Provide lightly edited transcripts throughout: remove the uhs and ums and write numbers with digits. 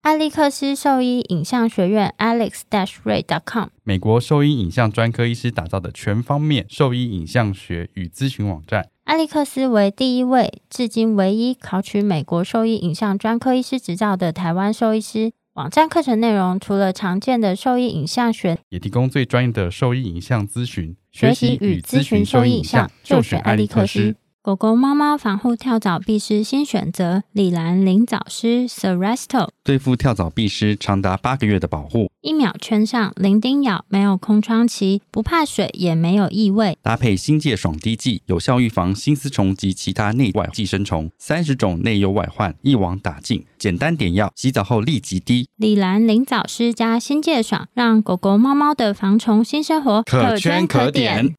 艾利克斯兽医影像学院 alex-ray.com， 美国兽医影像专科医师打造的全方面兽医影像学与咨询网站。 艾利克斯为第一位，至今唯一考取美国兽医影像专科医师执照的台湾兽医师。网站课程内容除了常见的兽医影像学， 也提供最专业的兽医影像咨询。 学习与咨询兽医影像，就选艾利克斯。狗狗、猫猫防护跳蚤壁虱新选择李兰灵藻虱 Seresto， 对付跳蚤壁虱长达8个月的保护 ，1秒圈上，零叮咬，没有空窗期，不怕水，也没有异味。 搭配新界爽滴剂，有效预防新丝虫及其他内外寄生虫，30种内忧外患一网打尽，简单点药，洗澡后立即滴。 李兰灵藻虱加新界爽，让狗狗、猫猫的防虫新生活可圈可点。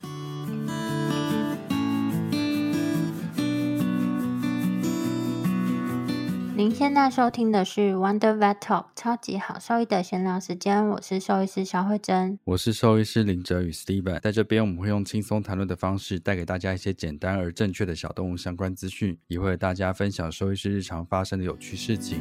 您现在收听的是 Wonder Vet Talk 超级好兽医的闲聊时间，我是兽医师肖慧珍， 我是兽医师林哲宇 Steven， 在这边我们会用轻松谈论的方式带给大家一些简单而正确的小动物相关资讯，也会和大家分享兽医师日常发生的有趣事情。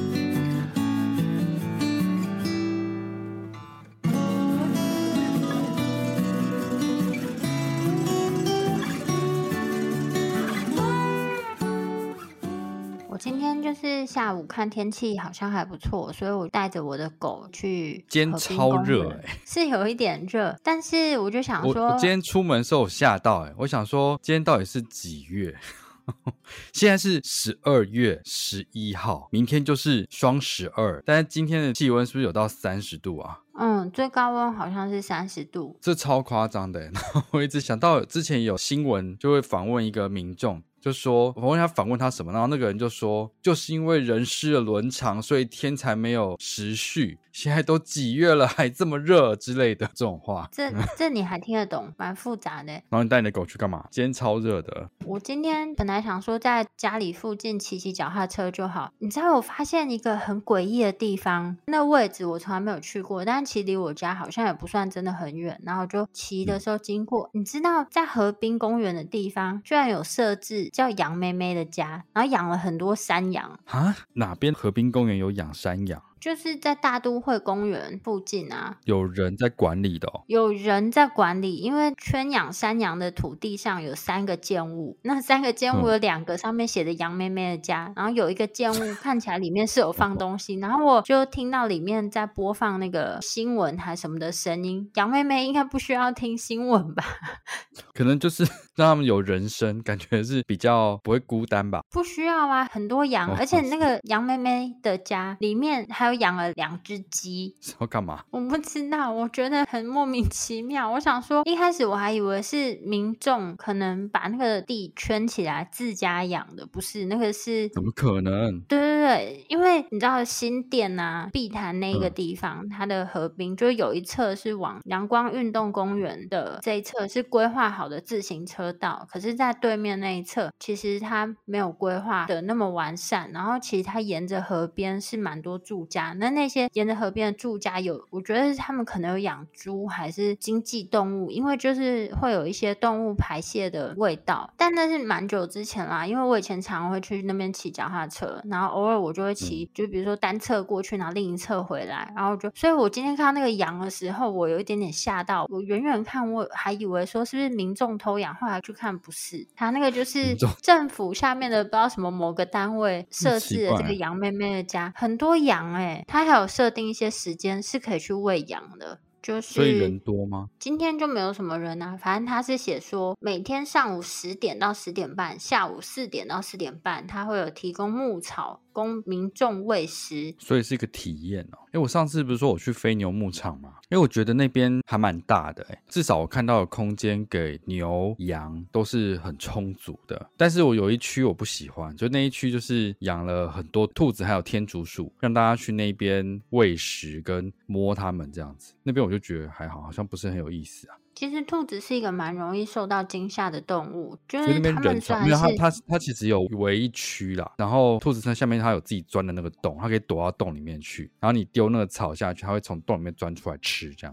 今天就是下午看天气好像还不错，所以我带着我的狗去。 今天超热是有一点热，但是我就想说， 我今天出门的时候我吓到我想说今天到底是几月？现在是12月11号，明天就是双12，但是今天的气温是不是有到30度啊？ 最高温好像是30度， 这超夸张的。然后我一直想到之前有新闻就会访问一个民众，就说我问他访问他什么，然后那个人就说就是因为人失了伦常，所以天才没有时序，现在都几月了还这么热之类的这种话。 这你还听得懂，蛮复杂的。 然后你带你的狗去干嘛？今天超热的。 我今天本来想说在家里附近骑脚踏车就好，你知道我发现一个很诡异的地方，那位置我从来没有去过，但其实离我家好像也不算真的很远，然后就骑的时候经过，你知道在河滨公园的地方居然有设置叫杨妹妹的家，然后养了很多山羊啊？哪边河滨公园有养山羊？ 就是在大都会公园附近啊， 有人在管理的有人在管理，因为圈养山羊的土地上有3个建物，那3个建物有2个上面写着杨妹妹的家，然后有一个建物看起来里面是有放东西，然后我就听到里面在播放那个新闻还什么的声音，杨妹妹应该不需要听新闻吧？ 可能就是让他们有人声，感觉是比较不会孤单吧？ 不需要啊，很多羊，而且那个杨妹妹的家里面还有养了2只鸡。 要干嘛？ 我不知道，我觉得很莫名其妙。我想说一开始我还以为是民众可能把那个地圈起来自家养的，不是，那个是怎么可能？ 对对对，因为你知道新店啊碧潭那个地方它的河滨就有一侧是往阳光运动公园的这一侧是规划好的自行车道，可是在对面那一侧其实它没有规划的那么完善，然后其实它沿着河边是蛮多住家，那些沿着河边的住家我觉得他们可能有养猪还是经济动物，因为就是会有一些动物排泄的味道，但那是蛮久之前啦，因为我以前常会去那边骑脚踏车，然后偶尔我就会骑就比如说单侧过去然后另一侧回来，然后所以我今天看到那个羊的时候我有一点点吓到，我远远看我还以为说是不是民众偷养，后来去看不是，他那个就是政府下面的不知道什么某个单位设置的这个羊妹妹的家，很多羊他还有设定一些时间是可以去喂羊的，就是所以人多吗？ 今天就没有什么人啊，反正他是写说每天上午10点到10点半，下午4点到4点半，他会有提供牧草供民众喂食， 所以是一个体验我上次不是说我去飞牛牧场嘛，因为我觉得那边还蛮大的至少我看到的空间给牛羊都是很充足的，但是我有一区我不喜欢，就那一区就是养了很多兔子还有天竺鼠，让大家去那边喂食跟摸它们这样子，那边我就觉得还好，好像不是很有意思啊。 其实兔子是一个蛮容易受到惊吓的动物，就是那边它们人少，因为它其实有围一区啦，然后兔子它下面它有自己钻的那个洞，它可以躲到洞里面去，然后你丢那个草下去，它会从洞里面钻出来吃这样子。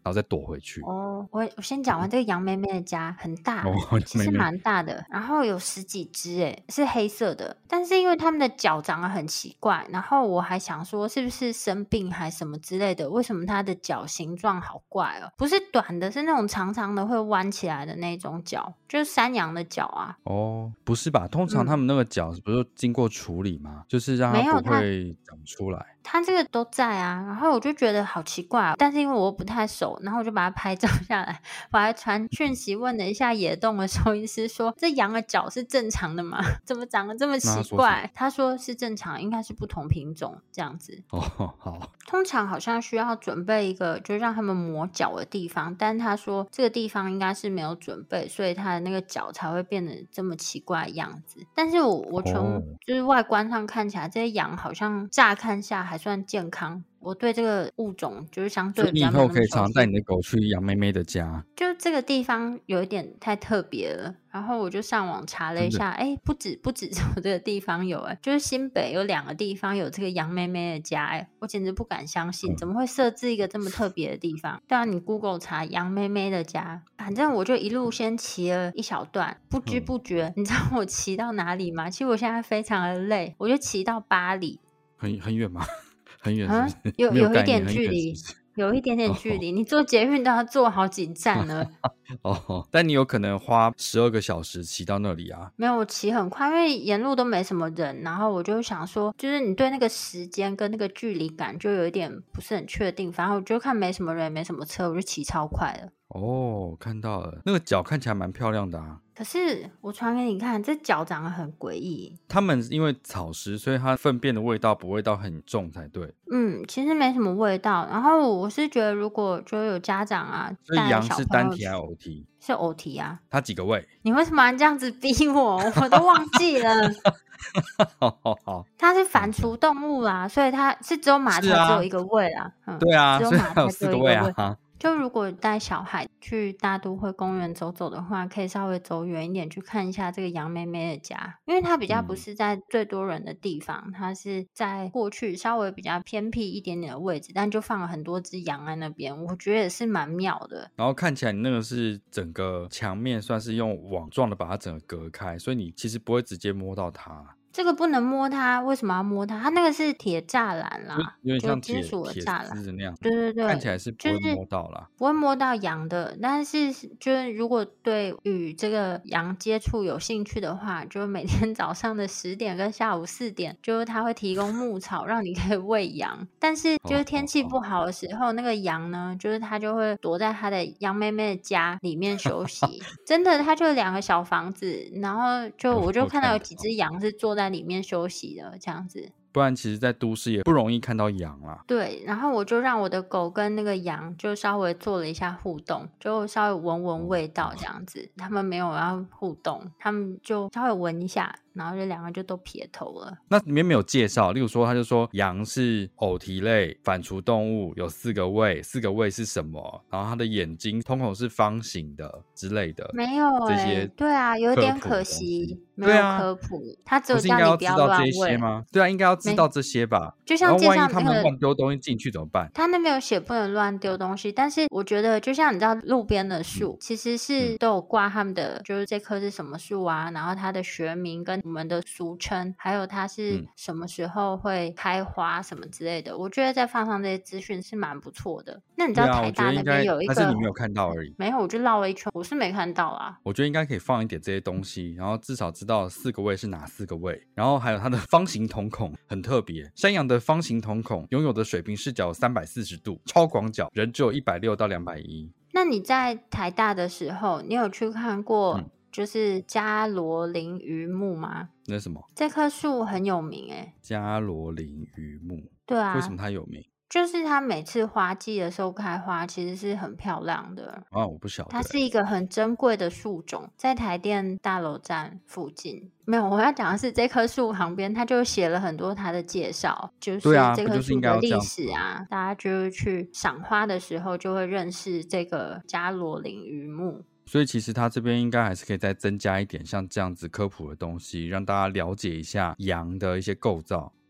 后再躲回去。 我先讲完这个杨妹妹的家很大，其实妹妹蛮大的，然后有10几只是黑色的，但是因为它们的脚长得很奇怪，然后我还想说是不是生病还什么之类的，为什么它的脚形状好怪哦？不是短的，是那种长长的会弯起来的那种脚，就是山羊的脚啊。 不是吧？通常他们那个脚不是经过处理吗？就是让它不会长出来。 它这个都在啊，然后我就觉得好奇怪但是因为我不太熟，然后我就把它拍照下来，我还传讯息问了一下野动的兽医师说这羊的脚是正常的吗？怎么长得这么奇怪？他说是正常，应该是不同品种这样子。 好， 通常好像需要准备一个就让他们磨脚的地方，但他说这个地方应该是没有准备，所以他的那个脚才会变得这么奇怪的样子。但是我从就是外观上看起来这些羊好像乍看下还算健康，我对这个物种就是相对比较没那么熟悉。 你以后可以常带你的狗去杨妹妹的家。 就这个地方有一点太特别了，然后我就上网查了一下，不止我这个地方有就是新北有2个地方有这个杨妹妹的家我简直不敢相信，怎么会设置一个这么特别的地方？对啊，你 Google 查杨妹妹的家，反正我就一路先骑了一小段，不知不觉，你知道我骑到哪里吗？其实我现在非常的累，我就骑到8里， 很远吗？很远是不是？ 有一点距离。有一点点距离，你坐捷运都要坐好几站了。 但你有可能花12个小时骑到那里啊？ 没有，我骑很快，因为沿路都没什么人，然后我就想说，就是你对那个时间跟那个距离感就有一点不是很确定，反正我就看没什么人也没什么车，我就骑超快了。 看到了，那个脚看起来蛮漂亮的啊。 可是我传给你看，这脚长得很诡异。 他们因为草食，所以它粪便的味道不会到很重才对。 其实没什么味道。然后我是觉得，如果就有家长啊， 所以羊是单蹄还是偶蹄？ 是偶蹄啊。 它几个胃？ 你为什么要这样子逼我？我都忘记了。 好， 它是反刍动物啦，所以它是只有马才只有一个胃啦。 对啊， 只有马才有4个胃啊。 就如果带小孩去大都会公园走走的话，可以稍微走远一点去看一下这个杨妹妹的家，因为它比较不是在最多人的地方，它是在过去稍微比较偏僻一点点的位置，但就放了很多只羊在那边，我觉得也是蛮妙的。 然后看起来你那个是整个墙面算是用网状的把它整个隔开，所以你其实不会直接摸到它。 这个不能摸它，为什么要摸它？它那个是铁栅栏啦， 有点像金属的栅栏那样。 对， 看起来是不会摸到啦， 不会摸到羊的。但是就是如果对与这个羊接触有兴趣的话，就每天早上的10点跟下午4点，就是它会提供牧草让你可以喂羊。但是就是天气不好的时候，那个羊呢，就是它就会躲在它的杨妹妹的家里面休息。真的，它就2个小房子，然后我就看到有几只羊是坐在里面休息的这样子。 不然其实在都市也不容易看到羊啦。 对，然后我就让我的狗跟那个羊就稍微做了一下互动，就稍微闻闻味道这样子。他们没有要互动，他们就稍微闻一下，然后就2个就都撇头了。 那里面没有介绍，例如说他就说羊是偶蹄类反刍动物，有4个胃，4个胃是什么，然后它的眼睛瞳孔是方形的之类的。 没有这些对啊，有点可惜没有科普，他只有叫你不要乱喂吗？对啊，应该要知道这些吧。 就像介绍万一他们乱丢东西进去怎么办？ 他那边有写不能乱丢东西，但是我觉得就像你知道路边的树其实是都有挂他们的就是这棵是什么树啊，然后它的学名跟我们的俗称，还有它是什么时候会开花什么之类的，我觉得再放上这些资讯是蛮不错的。那你知道台大那边有一个， 还是你没有看到而已？ 没有，我就绕了一圈，我是没看到啊。 我觉得应该可以放一点这些东西，然后至少知道4个胃是哪4个胃，然后还有它的方形瞳孔很特别，山羊的方形瞳孔拥有的水平视角340度，超广角，人只有160到210。 那你在台大的时候，你有去看过就是加罗林鱼目吗？ 那是什么？ 这棵树很有名加罗林鱼目。 对啊， 为什么它有名？ 就是它每次花季的时候开花其实是很漂亮的啊，我不晓得。 它是一个很珍贵的树种，在台电大楼站附近。没有，我要讲的是这棵树旁边它就写了很多它的介绍，就是这棵树的历史啊，大家就是去赏花的时候就会认识这个加罗林鱼目。 所以其实它这边应该还是可以再增加一点像这样子科普的东西，让大家了解一下羊的一些构造，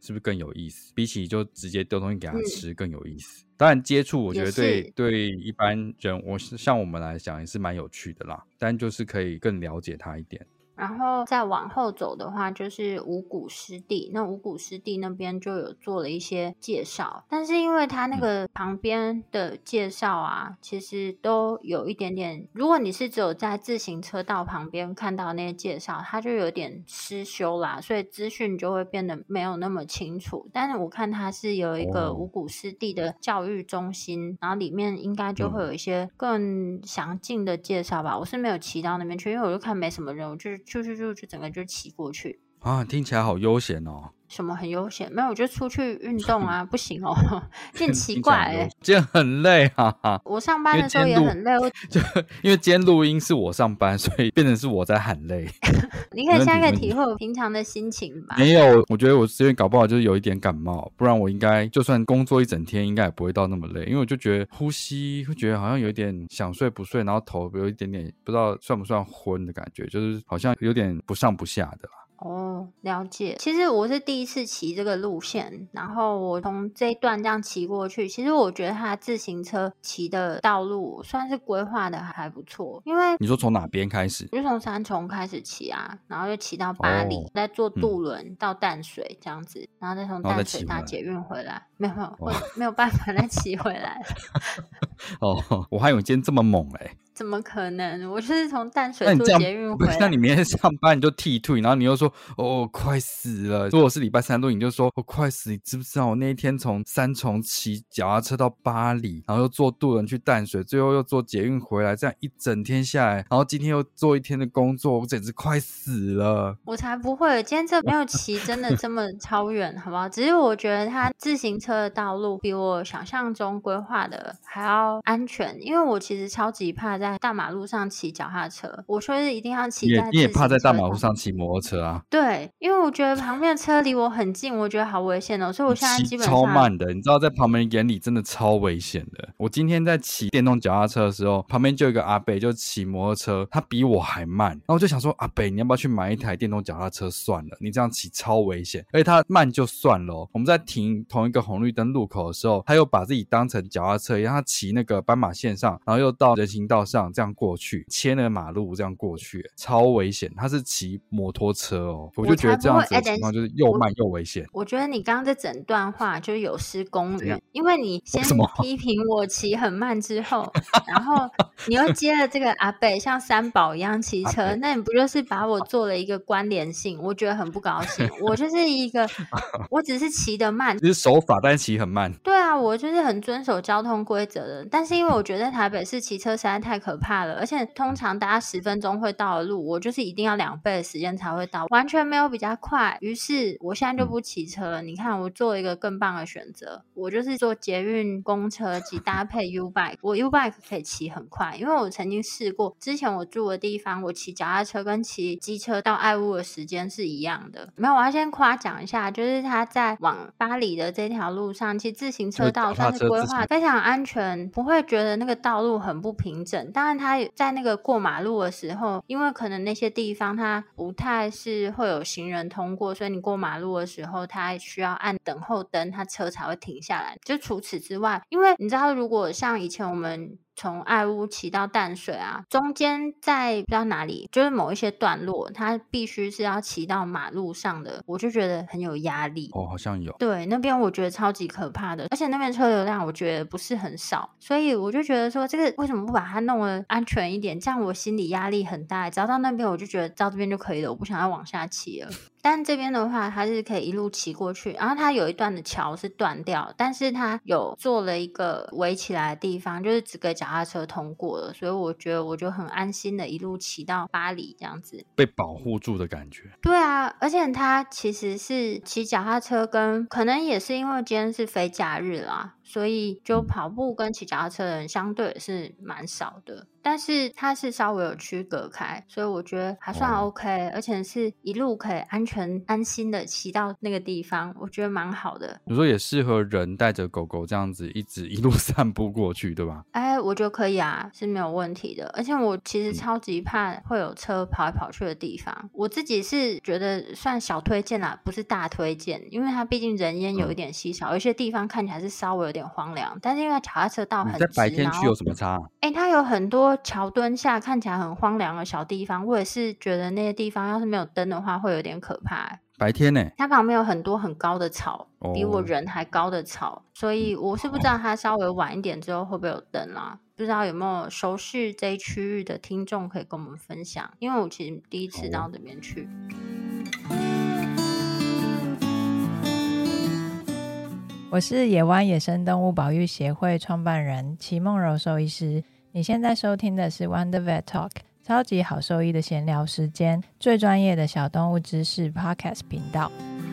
是不是更有意思？比起就直接丢东西给他吃更有意思。当然接触我觉得对一般人像我们来讲也是蛮有趣的啦，但就是可以更了解他一点。 然后再往后走的话就是五股湿地，那五股湿地那边就有做了一些介绍，但是因为它那个旁边的介绍啊其实都有一点点，如果你是只有在自行车道旁边看到那些介绍，它就有点失修啦，所以资讯就会变得没有那么清楚。但是我看它是有一个五股湿地的教育中心，然后里面应该就会有一些更详尽的介绍吧。我是没有骑到那边去，因为我就看没什么人，我就整个就骑过去啊，听起来好悠闲哦。 什么很悠闲？没有，我就出去运动啊，不行哦，有点奇怪今天很累啊。 我上班的时候也很累， 就因为今天录音是我上班，所以变成是我在喊累。 你可以现在可以体会我平常的心情吧？ 没有，我觉得我这边搞不好就是有一点感冒，不然我应该就算工作一整天，应该也不会到那么累。因为我就觉得呼吸会觉得好像有一点想睡不睡，然后头有一点点不知道算不算昏的感觉，就是好像有点不上不下的啦。 哦，了解。其实我是第一次骑这个路线，然后我从这一段这样骑过去，其实我觉得它自行车骑的道路算是规划的还不错。因为你说从哪边开始？ 就从三重开始骑啊，然后就骑到八里，再坐渡轮到淡水这样子，然后再从淡水搭捷运回来。没有办法再骑回来哦，我还以为今天这么猛怎么可能？我就是从淡水坐捷运回来。 那你明天上班你就剃退，然后你又说快死了。如果是礼拜三录影就说快死，你知不知道我那一天从三重骑脚踏车到八里，然后又坐渡轮去淡水，最后又坐捷运回来，这样一整天下来，然后今天又做一天的工作，我简直快死了。 我才不会，今天这没有骑真的这么超远好不好？只是我觉得它自行车的道路比我想象中规划的还要安全，因为我其实超级怕在大马路上骑脚踏车，我说是一定要骑在你也怕在大马路上骑摩托车啊？ 对，因为我觉得旁边的车离我很近，我觉得好危险哦，所以我现在基本上骑超慢的，你知道在旁边人眼里真的超危险的。我今天在骑电动脚踏车的时候，旁边就有一个阿伯就骑摩托车，他比我还慢，然后我就想说阿伯你要不要去买一台电动脚踏车算了，你这样骑超危险。而且他慢就算了我们在停同一个红绿灯路口的时候，他又把自己当成脚踏车一样，他骑那个斑马线上，然后又到人行道上这样过去，切那个马路这样过去，超危险。他是骑摩托车我就觉得这样子的情况就是又慢又危险。 我觉得你刚刚这整段话就有失公允，因为你先批评我骑很慢之后然后你又接了这个阿伯像三宝一样骑车，那你不就是把我做了一个关联性，我觉得很不高兴。我就是一个我只是骑得慢， 就是手法但是骑很慢。 对啊，我就是很遵守交通规则的，但是因为我觉得台北市骑车实在太可怕了，而且通常大家10分钟会到的路，我就是一定要2倍的时间才会到，完全没有比较快。于是我现在就不骑车了，你看我做一个更棒的选择，我就是坐捷运公车及搭配 U-Bike。 我 U-Bike 可以骑很快，因为我曾经试过，之前我住的地方我骑脚踏车跟骑机车到爱屋的时间是一样的。没有，我要先夸奖一下，就是他在往巴黎的这条路上，其实自行车道算是规划非常安全，不会觉得那个道路很不平整。当然他在那个过马路的时候，因为可能那些地方它不太是会有行人通过，所以你过马路的时候它需要按等候灯，它车才会停下来。就除此之外，因为你知道如果像以前我们从爱屋骑到淡水啊，中间在不知道哪里就是某一些段落它必须是要骑到马路上的，我就觉得很有压力。 好像有。 对，那边我觉得超级可怕的，而且那边车流量我觉得不是很少，所以我就觉得说这个为什么不把它弄得安全一点，这样我心理压力很大。只要到那边我就觉得到这边就可以了，我不想要往下骑了。但这边的话它是可以一路骑过去，然后它有一段的桥是断掉，但是它有做了一个围起来的地方，就是只给脚踏车通过了，所以我觉得我就很安心的一路骑到巴黎这样子， 被保护住的感觉。 对啊，而且它其实是骑脚踏车跟可能也是因为今天是非假日啦，所以就跑步跟骑脚踏车的人相对也是蛮少的，但是它是稍微有区隔开，所以我觉得还算 OK，而且是一路可以安全安心的骑到那个地方，我觉得蛮好的。 有时候也适合人带着狗狗这样子一路散步过去，对吧？ 我觉得可以啊，是没有问题的。而且我其实超级怕会有车跑来跑去的地方，我自己是觉得算小推荐啦，不是大推荐，因为它毕竟人烟有一点稀少，有些地方看起来是稍微有点荒凉，但是因为脚踏车道很直， 你在白天去有什么差？ 它有很多桥墩下看起来很荒凉的小地方，我也是觉得那些地方要是没有灯的话会有点可怕。 白天呢？ 它旁边有很多很高的草，比我人还高的草，所以我是不知道它稍微晚一点之后会不会有灯啦。不知道有没有熟悉这一区域的听众可以跟我们分享，因为我其实第一次到这边去。 我是野湾野生动物保育协会创办人齐梦柔兽医师，你现在收听的是 Wonder Vet Talk， 超级好兽医的闲聊时间，最专业的小动物知识 Podcast 频道。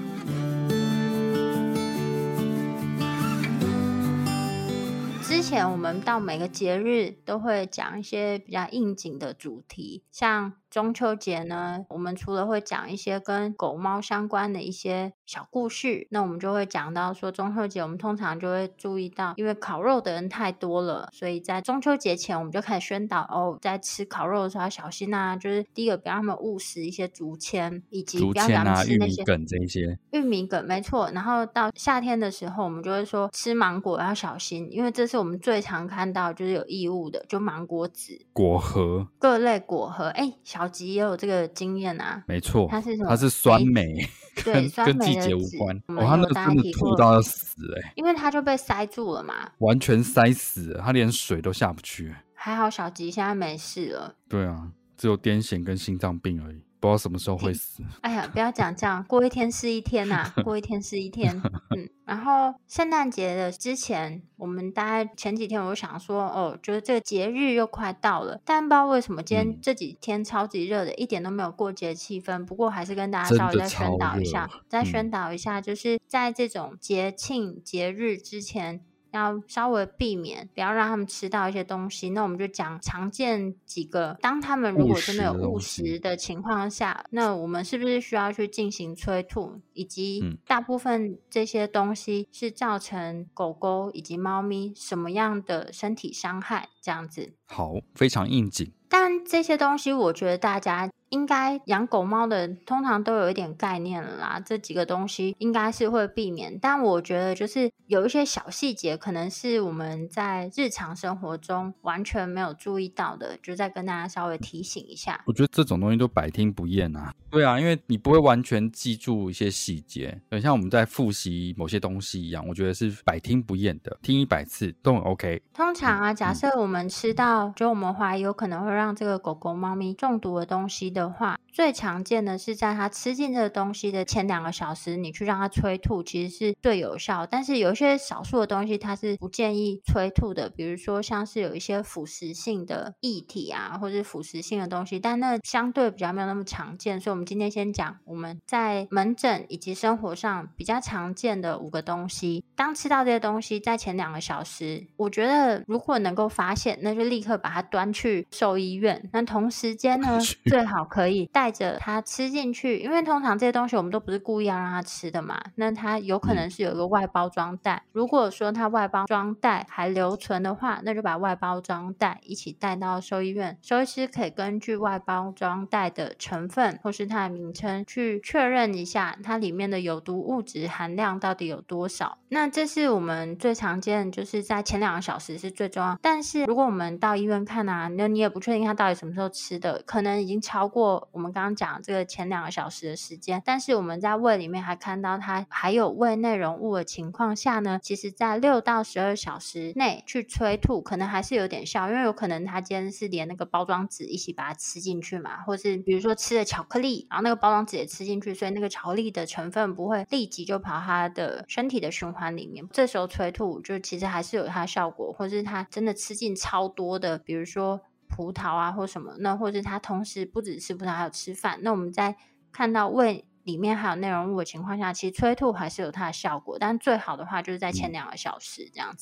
之前我们到每个节日都会讲一些比较应景的主题，像中秋节呢，我们除了会讲一些跟狗猫相关的一些小故事，那我们就会讲到说中秋节我们通常就会注意到，因为烤肉的人太多了，所以在中秋节前我们就开始宣导在吃烤肉的时候要小心啊，就是第一个不要让他们误食一些竹签，以及不要让他们吃那些玉米梗这一些。 玉米梗没错，然后到夏天的时候我们就会说吃芒果要小心，因为这是我们最常看到就是有异物的，就芒果籽、 果核， 各类果核。小吉也有这个经验啊， 没错， 它是什么？ 它是酸梅， 对，酸梅跟季节无关。它那个真的吐到要死因为它就被塞住了嘛， 完全塞死了，它连水都下不去。 还好小吉现在没事了。 对啊，只有癫痫跟心脏病而已。不知道什么时候会死。 哎呀，不要讲这样，过一天是一天啊，过一天是一天。然后圣诞节的之前，我们大概前几天我就想说，觉得这个节日又快到了，但不知道为什么今天这几天超级热的，一点都没有过节气氛。不过还是跟大家稍微再宣导一下，就是在这种节庆节日之前，要稍微避免，不要让他们吃到一些东西。那我们就讲常见几个，当他们如果真的有误食的情况下，那我们是不是需要去进行催吐，以及大部分这些东西是造成狗狗以及猫咪什么样的身体伤害，这样子。 好，非常应景。 但这些东西我觉得大家应该养狗猫的人通常都有一点概念了啦，这几个东西应该是会避免。但我觉得就是有一些小细节可能是我们在日常生活中完全没有注意到的，就再跟大家稍微提醒一下。 我觉得这种东西都百听不厌啊。对啊，因为你不会完全记住一些细节，很像我们在复习某些东西一样，我觉得是百听不厌的，听100次都很 OK。 通常啊，假设我们吃到就我们怀疑有可能会让这个狗狗猫咪中毒的东西的话，最常见的是在它吃进这个东西的前2个小时，你去让它催吐其实是最有效。但是有一些少数的东西它是不建议催吐的，比如说像是有一些腐蚀性的液体啊，或是腐蚀性的东西，但那相对比较没有那么常见。所以我们今天先讲我们在门诊以及生活上比较常见的5个东西。当吃到这些东西在前2个小时，我觉得如果能够发现，那就立刻把它端去兽医院。那同时间呢，最好可以带着它吃进去，因为通常这些东西我们都不是故意要让它吃的嘛，那它有可能是有一个外包装袋，如果说它外包装袋还留存的话，那就把外包装袋一起带到兽医院，兽医师可以根据外包装袋的成分或是它的名称去确认一下它里面的有毒物质含量到底有多少。那这是我们最常见，就是在前2个小时是最重要。但是如果我们到医院看啊，那你也不确定它到底什么时候吃的，可能已经超过我们刚刚讲这个前2个小时的时间，但是我们在胃里面还看到它还有胃内容物的情况下呢，其实在6到12小时内去催吐可能还是有点效，因为有可能它今天是连那个包装纸一起把它吃进去嘛，或是比如说吃了巧克力，然后那个包装纸也吃进去，所以那个巧克力的成分不会立即就跑它的身体的循环里面，这时候催吐就其实还是有它的效果，或是它真的吃进超多的比如说葡萄啊或什么，那或者它同时不只吃葡萄还有吃饭，那我们在看到胃里面还有内容物的情况下，其实催吐还是有它的效果，但最好的话就是在前2个小时这样子。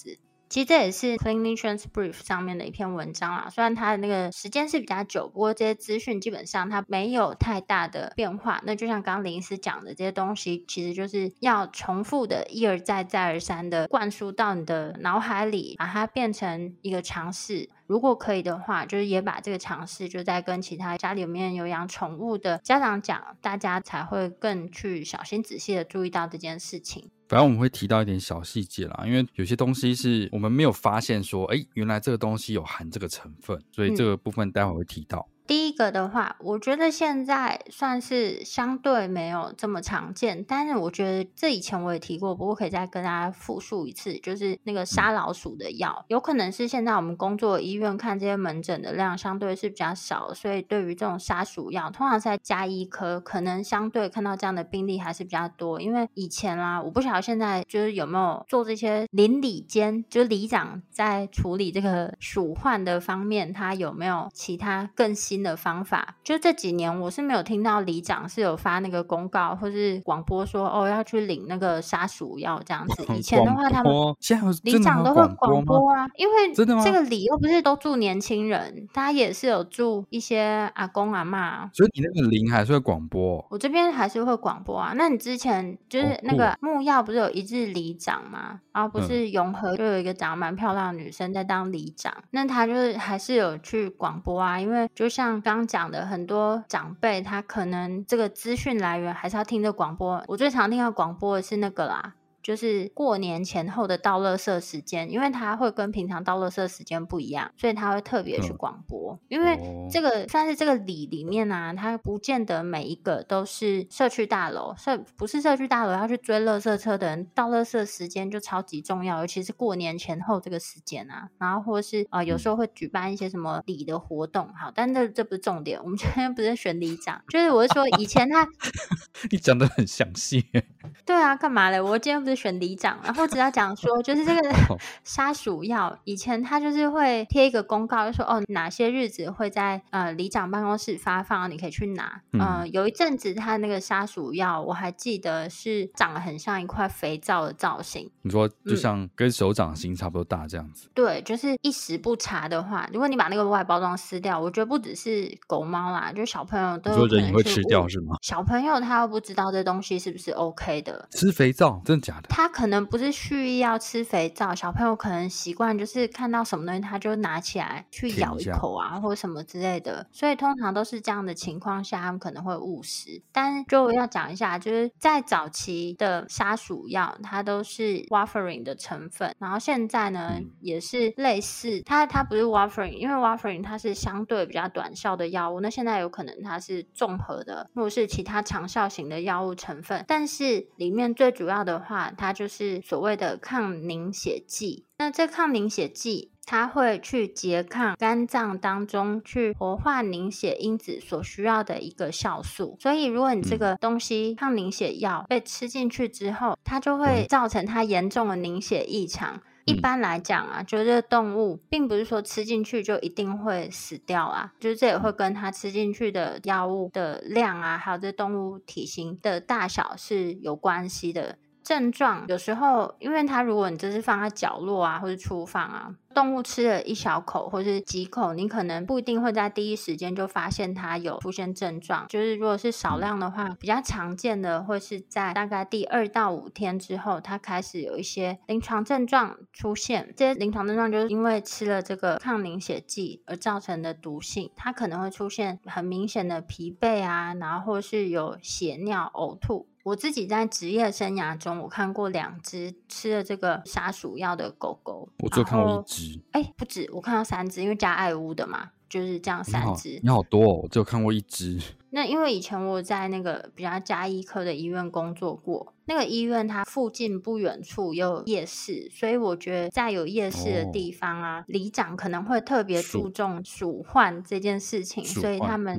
其实这也是 Clinicians Brief 上面的一篇文章啦，虽然它的那个时间是比较久，不过这些资讯基本上它没有太大的变化。那就像刚刚林医师讲的，这些东西其实就是要重复的一而再再而三的灌输到你的脑海里，把它变成一个常识。如果可以的话，就是也把这个尝试就在跟其他家里面有养宠物的家长讲，大家才会更去小心仔细的注意到这件事情。 反正我们会提到一点小细节啦，因为有些东西是我们没有发现说，原来这个东西有含这个成分，所以这个部分待会会提到。 第一个的话，我觉得现在算是相对没有这么常见，但是我觉得这以前我也提过，不过可以再跟大家复述一次，就是那个杀老鼠的药，有可能是现在我们工作医院看这些门诊的量相对是比较少，所以对于这种杀鼠药，通常是在家医科，可能相对看到这样的病例还是比较多。因为以前啦，我不晓得现在就是有没有做这些邻里间，就是里长在处理这个鼠患的方面，他有没有其他更新的方法。就这几年我是没有听到里长是有发那个公告或是广播说要去领那个杀鼠药这样子。以前的话他们现在里长都会广播啊，因为真的吗？ 这个里又不是都住年轻人，他也是有住一些阿公阿嬷， 所以你那个铃还是会广播。 我这边还是会广播啊。那你之前就是那个木曜不是有一日里长吗？然后不是永和就有一个长得蛮漂亮的女生在当里长，那她就是还是有去广播啊。因为就像刚讲的，很多长辈他可能这个资讯来源还是要听着广播。我最常听到广播的是那个啦，就是过年前后的倒垃圾时间，因为它会跟平常倒垃圾时间不一样，所以它会特别去广播。因为这个算是这个里面啊，它不见得每一个都是社区大楼，不是社区大楼要去追垃圾车的人，倒垃圾时间就超级重要，尤其是过年前后这个时间啊。然后或是有时候会举办一些什么里的活动，好，但这不是重点，我们今天不是选里长，就是我是说以前他你讲得很详细耶。 对啊，干嘛嘞？我今天不是选里长，然后只要讲说，就是这个杀鼠药，以前他就是会贴一个公告，就说哪些日子会在里长办公室发放，你可以去拿。有一阵子他那个杀鼠药，我还记得是长得很像一块肥皂的造型。 你说就像跟手掌心差不多大这样子。 对，就是一时不察的话，如果你把那个外包装撕掉，我觉得不只是狗猫啦，就小朋友都有可能是。 你说人也会吃掉是吗？ 小朋友他又不知道这东西是不是 OK 的。 吃肥皂真的假的？ 他可能不是蓄意要吃肥皂，小朋友可能习惯就是看到什么东西他就拿起来去咬一口啊或者什么之类的，所以通常都是这样的情况下他们可能会误食。但就要讲一下，就是在早期的杀鼠药它都是 warfarin 的成分，然后现在呢也是类似，它不是 warfarin， 因为 warfarin 它是相对比较短效的药物，那现在有可能它是综合的或者是其他长效型的药物成分，但是里面最主要的话它就是所谓的抗凝血剂。那这抗凝血剂它会去拮抗肝脏当中去活化凝血因子所需要的一个酵素，所以如果你这个东西抗凝血药被吃进去之后，它就会造成它严重的凝血异常。一般来讲啊，就是这个动物并不是说吃进去就一定会死掉啊，就是这也会跟它吃进去的药物的量啊，还有这动物体型的大小是有关系的。症状有时候因为它如果你这是放在角落啊或者厨房啊，动物吃了一小口或是几口，你可能不一定会在第一时间就发现它有出现症状，就是如果是少量的话，比较常见的会是在大概第2到5天之后，它开始有一些临床症状出现。这些临床症状就是因为吃了这个抗凝血剂而造成的毒性，它可能会出现很明显的疲惫啊，然后或是有血尿呕吐。我自己在职业生涯中，我看过2只吃了这个杀鼠药的狗狗， 我只有看过1只。 不止，我看到3只，因为加爱屋的嘛，就是这样3只。 你好多哦，我只有看过1只。 那因为以前我在那个比较家医科的医院工作过，那个医院它附近不远处有夜市，所以我觉得在有夜市的地方啊，里长可能会特别注重鼠患这件事情，所以他们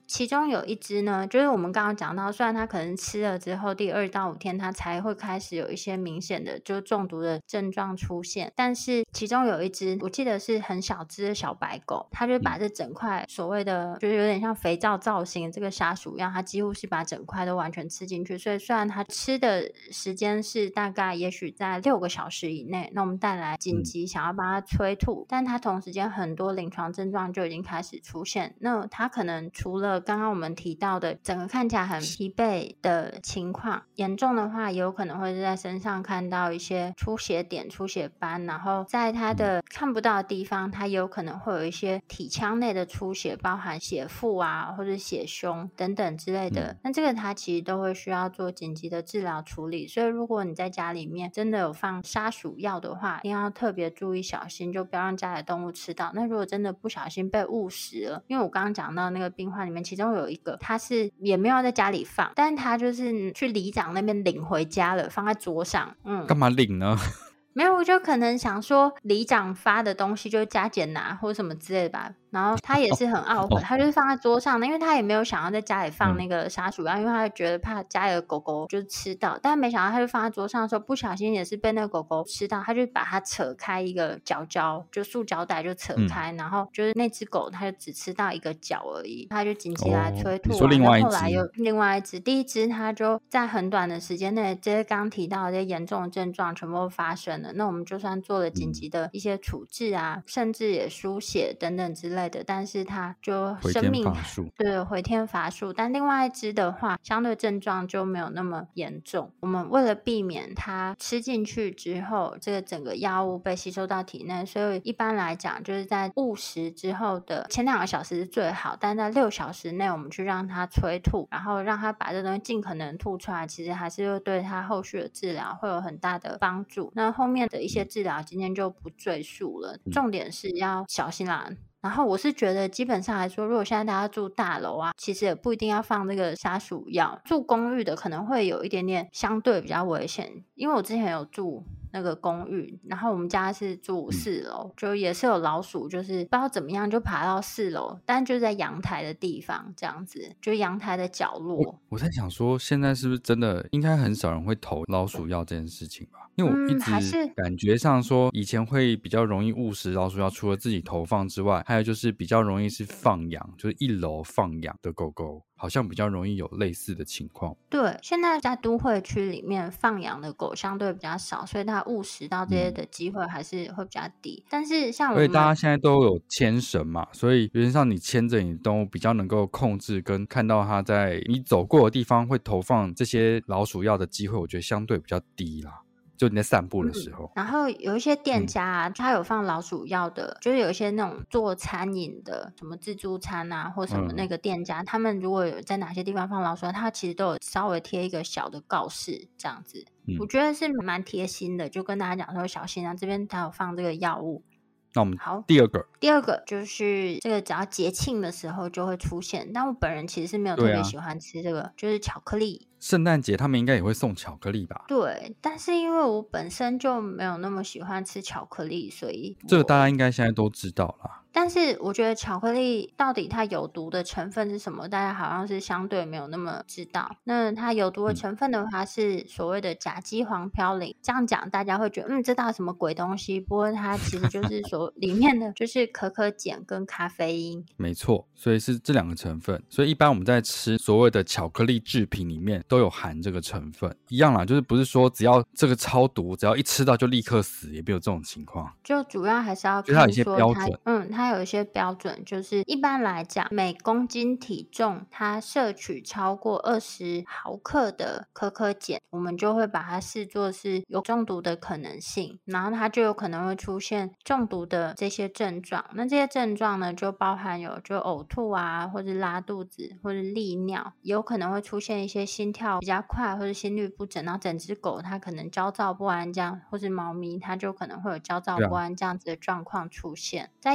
其中有一只呢，就是我们刚刚讲到，虽然它可能吃了之后第2到5天它才会开始有一些明显的就中毒的症状出现，但是其中有一只我记得是很小只的小白狗，它就把这整块所谓的就是有点像肥皂造型的这个沙鼠样，它几乎是把整块都完全吃进去，所以虽然它吃的时间是大概也许在6个小时以内，那我们带来紧急想要帮它催吐，但它同时间很多临床症状就已经开始出现，那它可能除了刚刚我们提到的整个看起来很疲惫的情况，严重的话也有可能会是在身上看到一些出血点、出血斑，然后在它的看不到的地方它也有可能会有一些体腔内的出血，包含血腹啊或者血胸等等之类的，那这个它其实都会需要做紧急的治疗处理，所以如果你在家里面真的有放杀鼠药的话，一定要特别注意小心，就不要让家里的动物吃到。那如果真的不小心被误食了，因为我刚刚讲到那个病患里面其中有一个他是也没有在家里放，但是他就是去里长那边领回家了，放在桌上。 干嘛领呢？ 没有，我就可能想说里长发的东西就加减拿或什么之类的吧，然后他也是很懊悔，他就是放在桌上的，因为他也没有想要在家里放那个杀鼠药，因为他觉得怕家里的狗狗就是吃到，但没想到他就放在桌上的时候不小心也是被那个狗狗吃到，他就把它扯开一个角角，就塑胶袋就扯开，然后就是那只狗它就只吃到一个角而已，他就紧急来催吐， 你说另外一只， 后来有另外一只，第一只它就在很短的时间内这些刚提到的这些严重的症状全部都发生了，那我们就算做了紧急的一些处置啊，甚至也输血等等之类的，但是它就生命对回天乏术，但另外一只的话相对症状就没有那么严重，我们为了避免它吃进去之后这个整个药物被吸收到体内，所以一般来讲就是在误食之后的前2个小时是最好，但在6小时内我们去让它催吐，然后让它把这东西尽可能吐出来，其实还是会对它后续的治疗会有很大的帮助。那后面的一些治疗今天就不赘述了，重点是要小心啦。然后我是觉得基本上来说，如果现在大家住大楼啊，其实也不一定要放这个杀鼠药，住公寓的可能会有一点点相对比较危险，因为我之前有住那个公寓，然后我们家是住4楼，就也是有老鼠，就是不知道怎么样就爬到4楼，但就在阳台的地方这样子，就阳台的角落。 我在想说现在是不是真的应该很少人会投老鼠药这件事情吧，因为我一直感觉上说以前会比较容易误食老鼠药，除了自己投放之外，还有就是比较容易是放养，就是1楼放养的狗狗好像比较容易有类似的情况。 对，现在在都会区里面放养的狗相对比较少，所以它误食到这些的机会还是会比较低。但是像我们， 所以大家现在都有牵绳嘛，所以原则上你牵着你的动物比较能够控制跟看到它在你走过的地方会投放这些老鼠药的机会，我觉得相对比较低啦。就你在散步的时候， 然后有一些店家啊，他有放老鼠药的，就是有一些那种做餐饮的，什么自助餐啊，或什么那个店家，他们如果有在哪些地方放老鼠药，他其实都有稍微贴一个小的告示，这样子，我觉得是蛮贴心的，就跟大家讲说小心啊，这边他有放这个药物。 那我们好， 第二个就是这个只要节庆的时候就会出现，但我本人其实是没有特别喜欢吃这个，就是巧克力。 圣诞节他们应该也会送巧克力吧？ 对，但是因为我本身就没有那么喜欢吃巧克力，所以这个大家应该现在都知道啦。 但是我觉得巧克力到底它有毒的成分是什么，大家好像是相对没有那么知道。那它有毒的成分的话是所谓的甲基黄嘌呤，这样讲大家会觉得这到底什么鬼东西，不过它其实就是里面的就是可可碱跟咖啡因。 没错，所以是这2个成分，所以一般我们在吃所谓的巧克力制品里面都有含这个成分一样啦，就是不是说只要这个超毒只要一吃到就立刻死，也没有这种情况， 就主要还是要看说它有一些标准。 它有一些标准，就是一般来讲每公斤体重它摄取超过20毫克的可可碱，我们就会把它视作是有中毒的可能性，然后它就有可能会出现中毒的这些症状。那这些症状呢就包含有就呕吐啊，或者拉肚子，或者利尿，有可能会出现一些心跳比较快或者心律不整，然后整只狗它可能焦躁不安这样，或是猫咪它就可能会有焦躁不安这样子的状况出现。在严重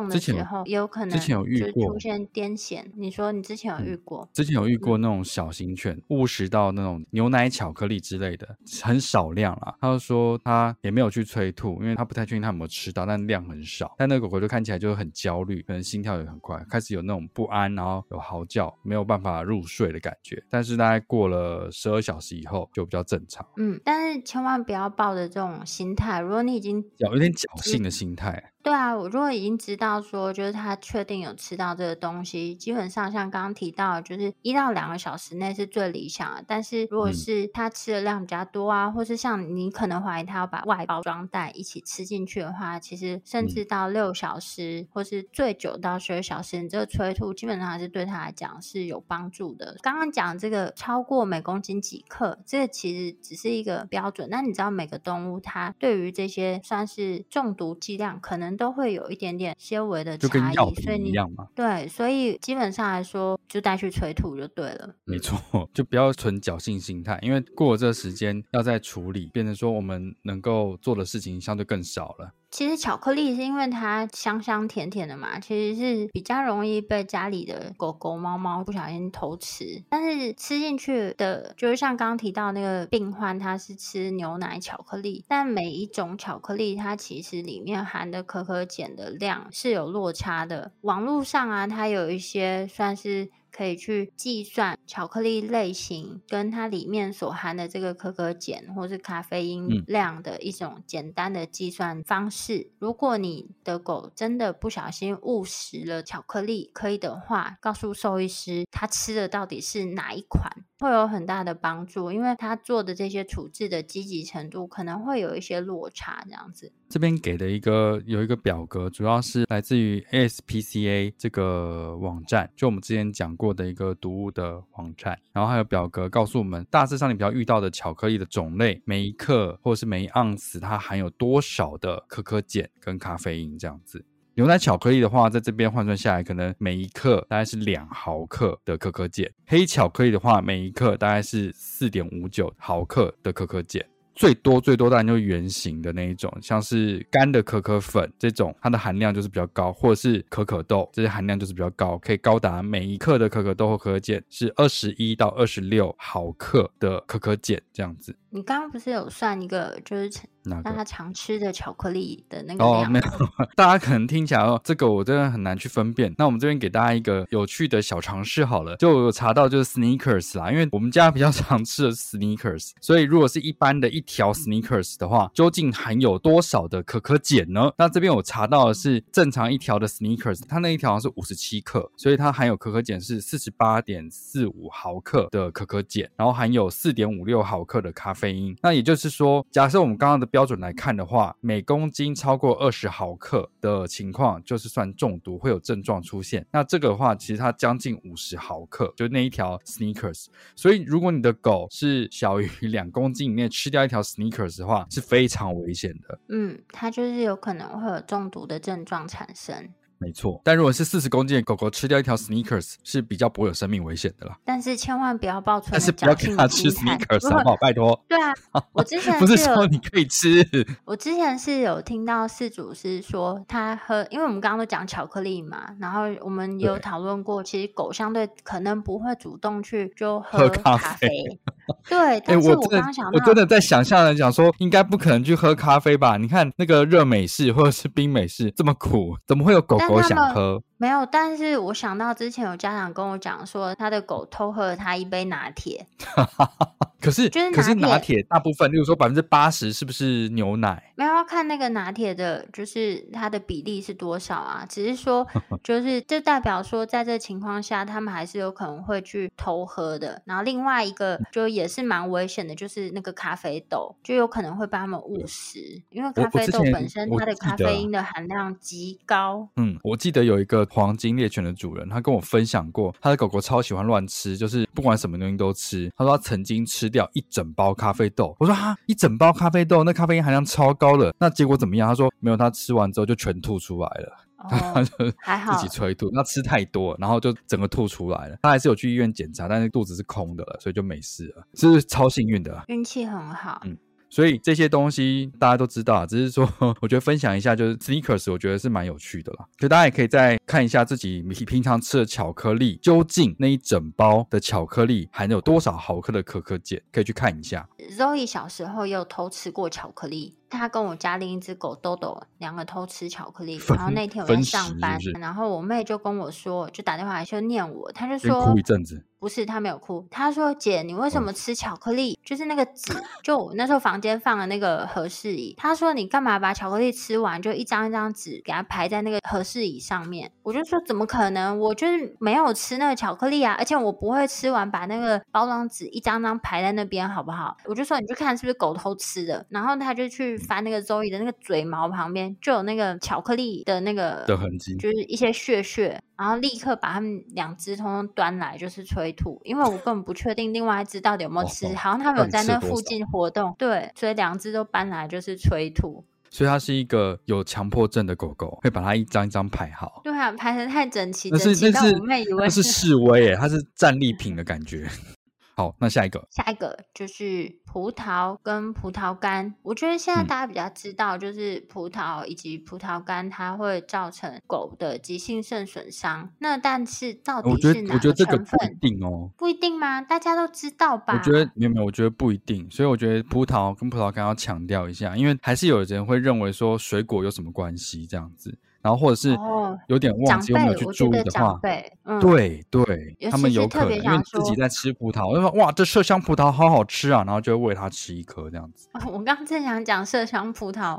动的时候，也有可能之前有遇过就出现癫痫。你说你之前有遇过？ 之前有遇过那种小型犬误食到那种牛奶巧克力之类的，很少量啦。他就说他也没有去催吐，因为他不太确定他有没有吃到，但量很少。但那个狗狗就看起来就很焦虑，可能心跳也很快，开始有那种不安，然后有嚎叫，没有办法入睡的感觉。但是大概过了12小时以后就比较正常。 但是千万不要抱着这种心态，如果你已经有点侥幸的心态。 对啊，我如果已经知道说，就是他确定有吃到这个东西，基本上像刚刚提到的，就是1到2个小时内是最理想的。但是如果是他吃的量比较多啊，或是像你可能怀疑他要把外包装袋一起吃进去的话，其实甚至到6小时，或是最久到12小时，你这个催吐基本上还是对他来讲是有帮助的。刚刚讲这个超过每公斤几克，这个其实只是一个标准。那你知道每个动物它对于这些算是中毒剂量可能都会有一点点些微的差异， 就跟药品一样嘛。 对，所以基本上来说就带去催吐就对了。 没错，就不要存侥幸心态，因为过了这个时间要再处理，变成说我们能够做的事情相对更少了。 其实巧克力是因为它香香甜甜的嘛，其实是比较容易被家里的狗狗猫猫不小心偷吃，但是吃进去的就是像刚刚提到那个病患，他是吃牛奶巧克力，但每一种巧克力它其实里面含的可可碱的量是有落差的。网络上啊，它有一些算是可以去计算巧克力类型跟它里面所含的这个可可碱或是咖啡因量的一种简单的计算方式。如果你的狗真的不小心误食了巧克力，可以的话告诉兽医师他吃的到底是哪一款，会有很大的帮助，因为他做的这些处置的积极程度可能会有一些落差这样子。 这边给的有一个表格，主要是来自于 ASPCA 这个网站，就我们之前讲过的一个毒物的网站，然后还有表格告诉我们大致上你比较遇到的巧克力的种类，每一克或者是每一盎司它含有多少的可可碱跟咖啡因这样子。牛奶巧克力的话，在这边换算下来，可能每一克大概是2毫克的可可碱；黑巧克力的话，每一克大概是 4.59 毫克的可可碱。最多当然就是圆形的那一种，像是干的可可粉这种，它的含量就是比较高，或者是可可豆，这些含量就是比较高，可以高达每一克的可可豆或可可碱是21到26毫克的可可碱这样子。 你刚刚不是有算一个就是让他常吃的巧克力的那个量？ 哦， 没有，大家可能听起来这个我真的很难去分辨。那我们这边给大家一个有趣的小常识好了，就有查到就是 Snickers 啦，因为我们家比较常吃的是 Snickers， 所以如果是一般的一条 Snickers 的话，究竟含有多少的可可碱呢？那这边我查到的是正常一条的 Snickers， 它那一条是57克，所以它含有可可碱是 48.45 毫克的可可碱，然后含有 4.56 毫克的咖啡因。那也就是说，假设我们刚刚的标准来看的话，每公斤超过20毫克的情况就是算中毒，会有症状出现。那这个的话，其实它将近50毫克，就那一条 Snickers。所以如果你的狗是小于2公斤以内吃掉一条 Snickers 的话，是非常危险的。 它就是有可能会有中毒的症状产生。 没错，但如果是40公斤的狗狗吃掉一条 Snickers 是比较不会有生命危险的啦。 但是千万不要抱存但是不要给它吃 Snickers 好不好？拜托。 对啊，我之前不是说你可以吃。 我之前是有听到饲主是说他喝，因为我们刚刚都讲巧克力嘛，然后我们有讨论过，其实狗相对可能不会主动去就喝咖啡。对，但是我刚刚想到， 我真的在想象的讲说，应该不可能去喝咖啡吧？你看那个热美式或者是冰美式这么苦，怎么会有狗狗想喝？ 没有，但是我想到之前有家长跟我讲说，他的狗偷喝了他一杯拿铁。 可是拿铁大部分，例如说80%是不是牛奶？ 没有，要看那个拿铁的，就是它的比例是多少啊？只是说，就是这代表说，在这情况下，他们还是有可能会去偷喝的。然后另外一个就也是蛮危险的，就是那个咖啡豆，就有可能会被他们误食，因为咖啡豆本身它的咖啡因的含量极高。 我记得有一个黄金猎犬的主人，他跟我分享过，他的狗狗超喜欢乱吃，就是不管什么东西都吃。他说他曾经吃掉一整包咖啡豆。我说哈，一整包咖啡豆，那咖啡因含量超高了，那结果怎么样？他说没有，他吃完之后就全吐出来了。他就自己催吐，那吃太多，然后就整个吐出来了。他还是有去医院检查，但是肚子是空的了，所以就没事了，是超幸运的， 运气很好。 所以这些东西大家都知道，只是说我觉得分享一下，就是 sneakers 我觉得是蛮有趣的啦，就大家也可以再看一下自己平常吃的巧克力，究竟那一整包的巧克力含有多少毫克的可可碱，可以去看一下。 Zoe 小时候也有偷吃过巧克力，他跟我家另一只狗豆豆两个偷吃巧克力，然后那天我在上班， 是不是？ 然后我妹就跟我说，就打电话来就念我，他就先说哭一阵子。 不是，他没有哭，他说姐你为什么吃巧克力，就是那个纸，就我那时候房间放了那个和适椅，他说你干嘛把巧克力吃完，就一张一张纸给它排在那个和适椅上面，我就说怎么可能，我就是没有吃那个巧克力啊，而且我不会吃完把那个包装纸一张张排在那边好不好，我就说你去看是不是狗偷吃的，然后他就去翻那个 Zoe 的那个嘴毛旁边就有那个巧克力的那个的痕迹， 就是一些屑屑，然后立刻把他们两只通通端来就是催吐，因为我根本不确定另外一只到底有没有吃，好像他们有在那附近活动，对，所以两只都搬来就是催吐。 所以它是一个有强迫症的狗狗，会把它一张一张排好。 对啊，排得太整齐， 那是整齐到我妹以为那是示威耶，它是战利品的感觉。好，那下一个就是葡萄跟葡萄干。我觉得现在大家比较知道，就是葡萄以及葡萄干它会造成狗的急性肾损伤。那但是到底是哪个我觉得这个成分？ 不一定哦， 不一定吗？大家都知道吧？ 我觉得没有，我觉得不一定。所以我觉得葡萄跟葡萄干要强调一下，因为还是有人会认为说水果有什么关系这样子。然后或者是有点忘记有没有去注意的话，对对，他们有可能因为自己在吃葡萄，就说哇这麝香葡萄好好吃啊，然后就会喂它吃一颗这样子。 我刚刚正想讲麝香葡萄。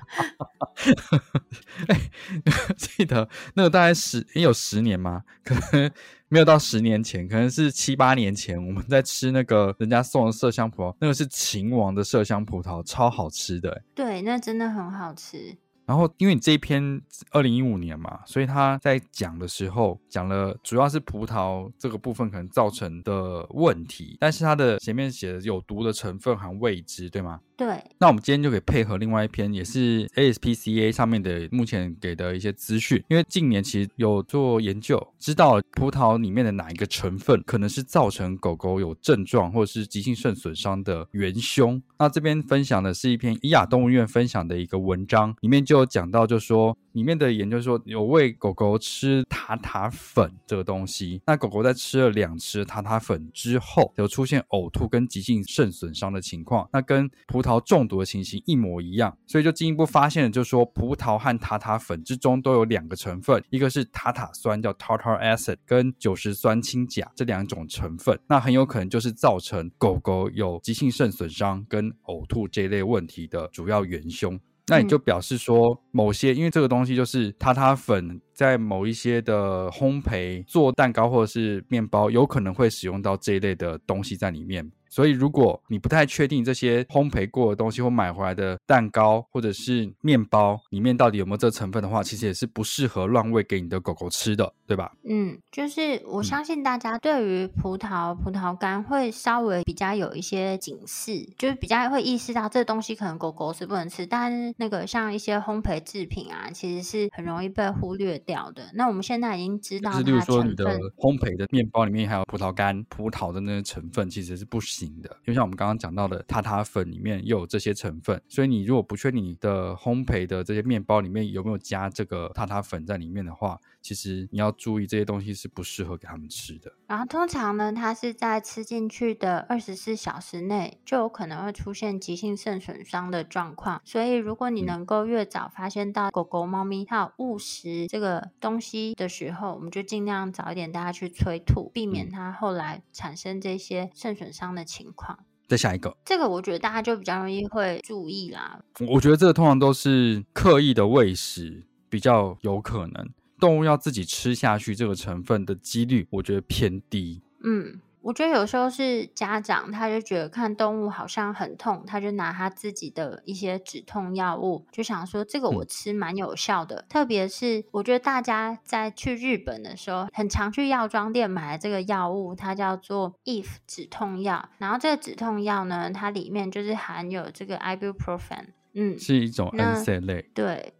记得那个大概有10年吗？可能没有到10年前，可能是7、8年前，我们在吃那个人家送的麝香葡萄，那个是秦王的麝香葡萄，超好吃的。 对，那真的很好吃。 然后因为你这一篇2015年嘛，所以他在讲的时候讲了主要是葡萄这个部分可能造成的问题，但是他的前面写的有毒的成分还未知，对吗？ 对， 那我们今天就可以配合另外一篇也是 ASPCA 上面的目前给的一些资讯，因为近年其实有做研究知道葡萄里面的哪一个成分可能是造成狗狗有症状或者是急性肾损伤的元凶。那这边分享的是一篇伊雅动物医院分享的一个文章，里面就有讲到，就说里面的研究说有喂狗狗吃塔塔粉这个东西，那狗狗在吃了2匙塔塔粉之后有出现呕吐跟急性肾损伤的情况，那跟葡萄中毒的情形一模一样，所以就进一步发现了，就是说葡萄和塔塔粉之中都有2个成分，一个是塔塔酸叫 tartar acid 跟90酸氢钾这2种成分，那很有可能就是造成狗狗有急性肾损伤跟呕吐这一类问题的主要元凶。那你就表示说某些因为这个东西就是塔塔粉在某一些的烘焙做蛋糕或者是面包有可能会使用到这一类的东西在里面，所以如果你不太确定这些烘焙过的东西或买回来的蛋糕或者是面包里面到底有没有这成分的话，其实也是不适合乱喂给你的狗狗吃的，对吧？ 就是我相信大家对于葡萄干会稍微比较有一些警示，就是比较会意识到这东西可能狗狗是不能吃，但是那个像一些烘焙制品啊其实是很容易被忽略掉的。那我们现在已经知道它的成分， 就是例如说你的烘焙的面包里面还有葡萄干葡萄的那些成分其实是不行的，就像我们刚刚讲到的塔塔粉里面又有这些成分，所以你如果不确定你的烘焙的这些面包里面有没有加这个塔塔粉在里面的话，其实你要注意这些东西是不适合给他们吃的。 然后通常呢它是在吃进去的24小时内就有可能会出现急性肾损伤的状况，所以如果你能够越早发现到狗狗猫咪它有误食这个东西的时候，我们就尽量早一点带它去催吐，避免它后来产生这些肾损伤的情况。 再下一个， 这个我觉得大家就比较容易会注意啦。 我觉得这个通常都是刻意的喂食比较有可能，动物要自己吃下去这个成分的几率我觉得偏低。 我觉得有时候是家长他就觉得看动物好像很痛，他就拿他自己的一些止痛药物，就想说这个我吃蛮有效的。特别是我觉得大家在去日本的时候很常去药妆店买的这个药物，它叫做 IF 止痛药，然后这个止痛药呢它里面就是含有这个 ibuprofen， 是一种 NSAID 类。 对，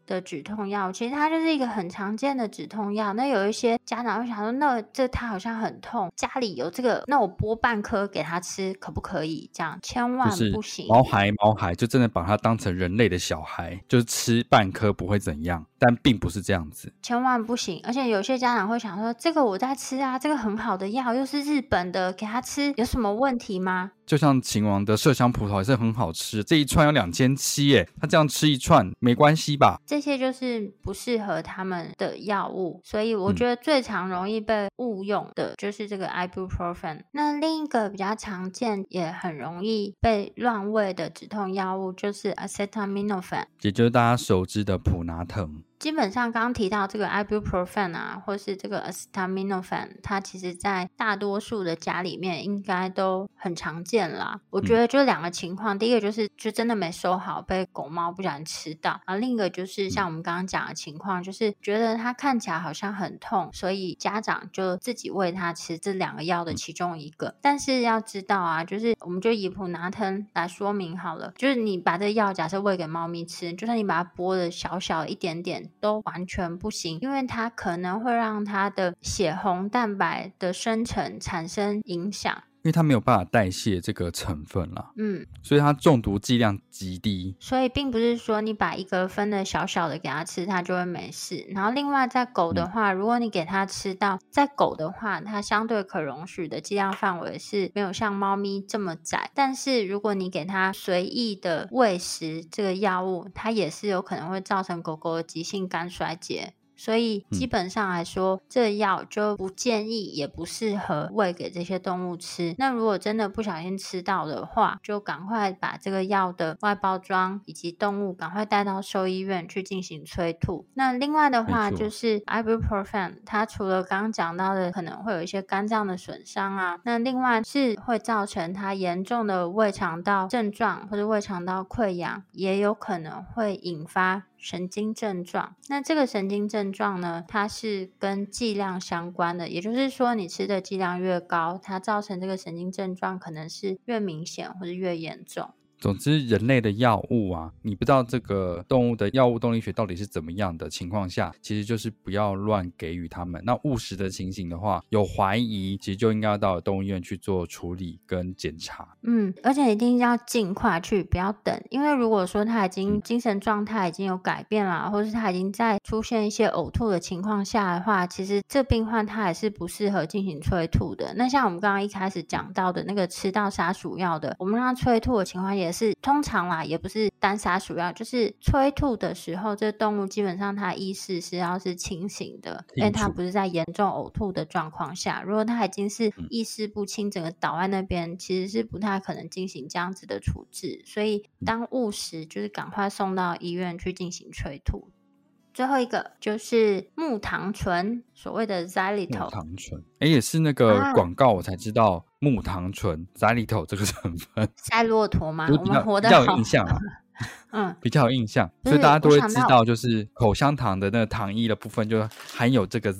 的止痛药，其实它就是一个很常见的止痛药。那有一些家长会想说，那这他好像很痛，家里有这个，那我剥半颗给他吃可不可以？这样千万不行。 毛孩就真的把它当成人类的小孩，就是吃半颗不会怎样，但并不是这样子， 千万不行。而且有些家长会想说，这个我在吃啊，这个很好的药，又是日本的，给他吃有什么问题吗？ 就像秦王的麝香葡萄也是很好吃，这一串要2700耶，他这样吃一串没关系吧？ 这些就是不适合他们的药物，所以我觉得最常容易被误用的就是这个 ibuprofen。那另一个比较常见也很容易被乱喂的止痛药物就是 acetaminophen， 也就是大家熟知的普拿疼。 基本上刚刚提到这个 ibuprofen 啊，或是这个 acetaminophen， 它其实在大多数的家里面应该都很常见啦。我觉得就两个情况，第一个就是就真的没收好，被狗猫不小心吃到，然后另一个就是像我们刚刚讲的情况，就是觉得它看起来好像很痛，所以家长就自己喂它吃这两个药的其中一个。但是要知道啊，就是我们就以普拿疼来说明好了，就是你把这个药假设喂给猫咪吃，就算你把它剥的小小一点点都完全不行，因为它可能会让它的血红蛋白的生成产生影响， 因为它没有办法代谢这个成分啦，所以它中毒剂量极低。 所以并不是说你把一个分的小小的给它吃，它就会没事。然后另外在狗的话，如果你给它吃到，在狗的话，它相对可容许的剂量范围是没有像猫咪这么窄。但是如果你给它随意的喂食这个药物，它也是有可能会造成狗狗的急性肝衰竭。所以基本上来说，这个药就不建议也不适合喂给这些动物吃。那如果真的不小心吃到的话，就赶快把这个药的外包装以及动物赶快带到兽医院去进行催吐。那另外的话就是 ibuprofen， 它除了刚刚讲到的可能会有一些肝脏的损伤啊，那另外是会造成它严重的胃肠道症状或者胃肠道溃疡，也有可能会引发神经症状。那这个神经症状呢，它是跟剂量相关的，也就是说你吃的剂量越高，它造成这个神经症状可能是越明显或者越严重。 总之人类的药物啊，你不知道这个动物的药物动力学到底是怎么样的情况下，其实就是不要乱给予它们。那误食的情形的话，有怀疑其实就应该要到动物医院去做处理跟检查。 而且一定要尽快去，不要等。因为如果说他已经精神状态已经有改变了，或是他已经在出现一些呕吐的情况下的话，其实这病患他还是不适合进行催吐的。那像我们刚刚一开始讲到的那个吃到杀鼠药的，我们让他催吐的情况也是通常啦，也不是单杀鼠药，就是催吐的时候，这动物基本上它意识是要是清醒的，因为它不是在严重呕吐的状况下。如果它已经是意识不清，整个倒在那边，其实是不太可能进行这样子的处置。所以当误食，就是赶快送到医院去进行催吐。最后一个就是木糖醇，所谓的 xylitol。 木糖醇，也是那个广告我才知道木糖醇 xylitol 这个成分。 塞骆驼吗？ 我们活得好，比较有印象啊。比较有印象，所以大家都会知道，就是口香糖的那个糖衣的部分就含有这个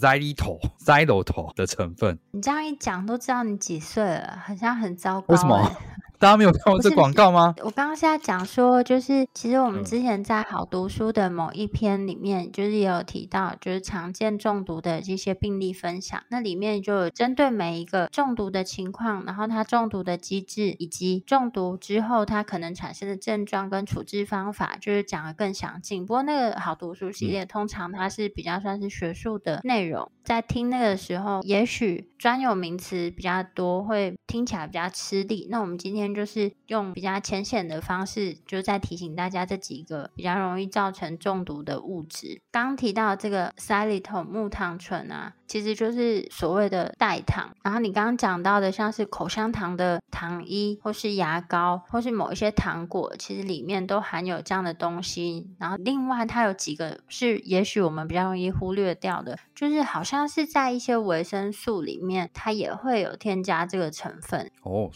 xylitol 的成分。 你这样一讲，都知道你几岁了，好像很糟糕。 为什么？大家没有看过这广告吗？ 我刚刚是在讲说，就是其实我们之前在好读书的某一篇里面，就是也有提到，就是常见中毒的这些病例分享。那里面就有针对每一个中毒的情况，然后它中毒的机制，以及中毒之后它可能产生的症状跟处置方法，就是讲得更详尽。不过那个好读书系列，通常它是比较算是学术的内容，在听那个时候，也许专有名词比较多，会听起来比较吃力。那我们今天就是用比较浅显的方式，就在提醒大家这几个比较容易造成中毒的物质。刚提到这个 xylitol 木糖醇啊，其实就是所谓的代糖。然后你刚刚讲到的像是口香糖的糖衣，或是牙膏，或是某一些糖果，其实里面都含有这样的东西。然后另外它有几个是也许我们比较容易忽略掉的，就是好像是在一些维生素里面，它也会有添加这个成分。 是哦。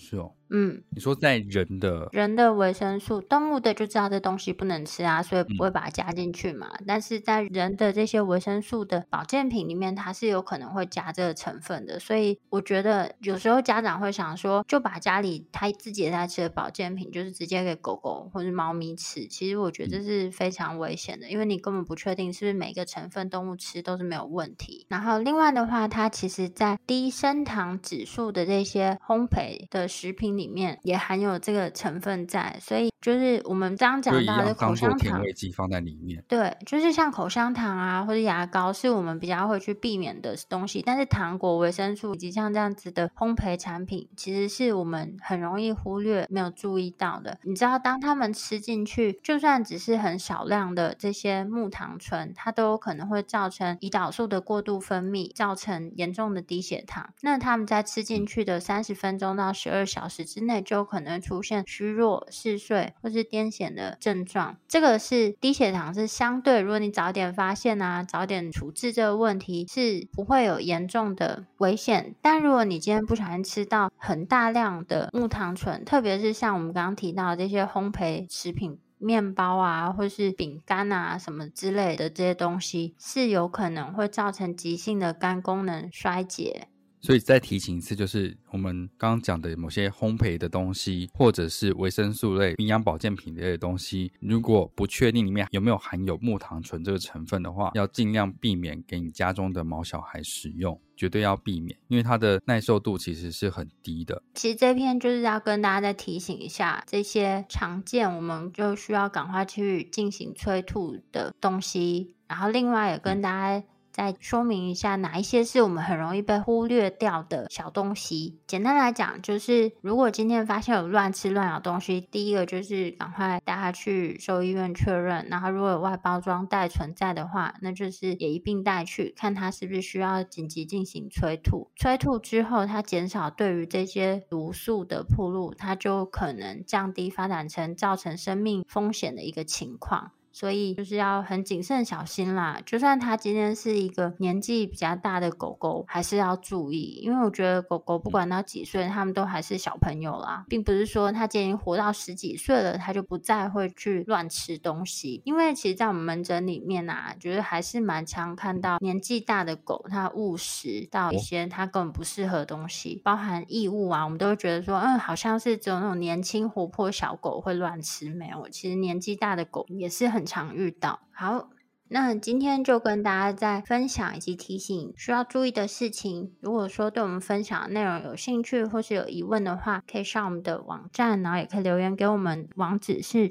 你说在人的维生素，动物的就知道这东西不能吃啊，所以不会把它加进去嘛。但是在人的这些维生素的保健品里面，它是有可能会加这个成分的。所以我觉得有时候家长会想说，就把家里他自己在吃的保健品，就是直接给狗狗或者猫咪吃。其实我觉得这是非常危险的，因为你根本不确定是不是每个成分动物吃都是没有问题。然后另外的话，它其实在低升糖指数的这些烘焙的食品里面也含有这个成分在，所以就是我们刚讲到的口香糖， 当做甜味剂放在里面。 对，就是像口香糖啊或者牙膏是我们比较会去避免的东西，但是糖果、维生素以及像这样子的烘焙产品，其实是我们很容易忽略、没有注意到的。你知道，当他们吃进去，就算只是很少量的这些木糖醇，它都有可能会造成胰岛素的过度分泌，造成严重的低血糖。那他们在吃进去的30分钟到12小时之内，就有可能出现虚弱、嗜睡或是癫痫的症状。这个是低血糖是相对，如果你早点发现啊，早点处置这个问题，是不会有严重的危险。但如果你今天不小心吃到很大量的木糖醇，特别是像我们刚刚提到的这些烘焙食品，面包啊或是饼干啊什么之类的这些东西，是有可能会造成急性的肝功能衰竭。 所以再提醒一次，就是我们刚刚讲的某些烘焙的东西，或者是维生素类、营养保健品类的东西，如果不确定里面有没有含有木糖醇这个成分的话，要尽量避免给你家中的毛小孩使用，绝对要避免，因为它的耐受度其实是很低的。 其实这篇就是要跟大家再提醒一下，这些常见我们就需要赶快去进行催吐的东西，然后另外也跟大家再说明一下哪一些是我们很容易被忽略掉的小东西。简单来讲，就是如果今天发现有乱吃乱咬东西，第一个就是赶快带他去兽医院确认，然后如果有外包装袋存在的话，那就是也一并带去看他是不是需要紧急进行催吐。催吐之后，它减少对于这些毒素的暴露，它就可能降低发展成造成生命风险的一个情况。所以就是要很谨慎小心啦，就算它今天是一个年纪比较大的狗狗，还是要注意，因为我觉得狗狗不管到几岁，它们都还是小朋友啦，并不是说它今天活到10几岁了，它就不再会去乱吃东西。因为其实在我们门诊里面啊，觉得还是蛮常看到年纪大的狗，它误食到一些它根本不适合的东西，包含异物啊，我们都会觉得说好像是只有那种年轻活泼小狗会乱吃，没有，其实年纪大的狗也是很常遇到。好，那今天就跟大家再分享以及提醒需要注意的事情。如果说对我们分享的内容有兴趣或是有疑问的话，可以上我们的网站，然后也可以留言给我们，网址是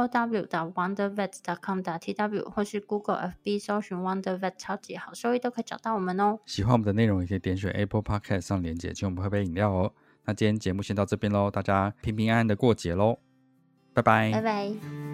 www.wondervet.com.tw 或是 Google FB 搜寻 WonderVet 超级好兽医都可以找到我们哦。 喜欢我们的内容也可以点选 Apple Podcast 上连结，请我们喝杯饮料哦。那今天节目先到这边咯，大家平平安安的过节咯，拜拜， 拜拜。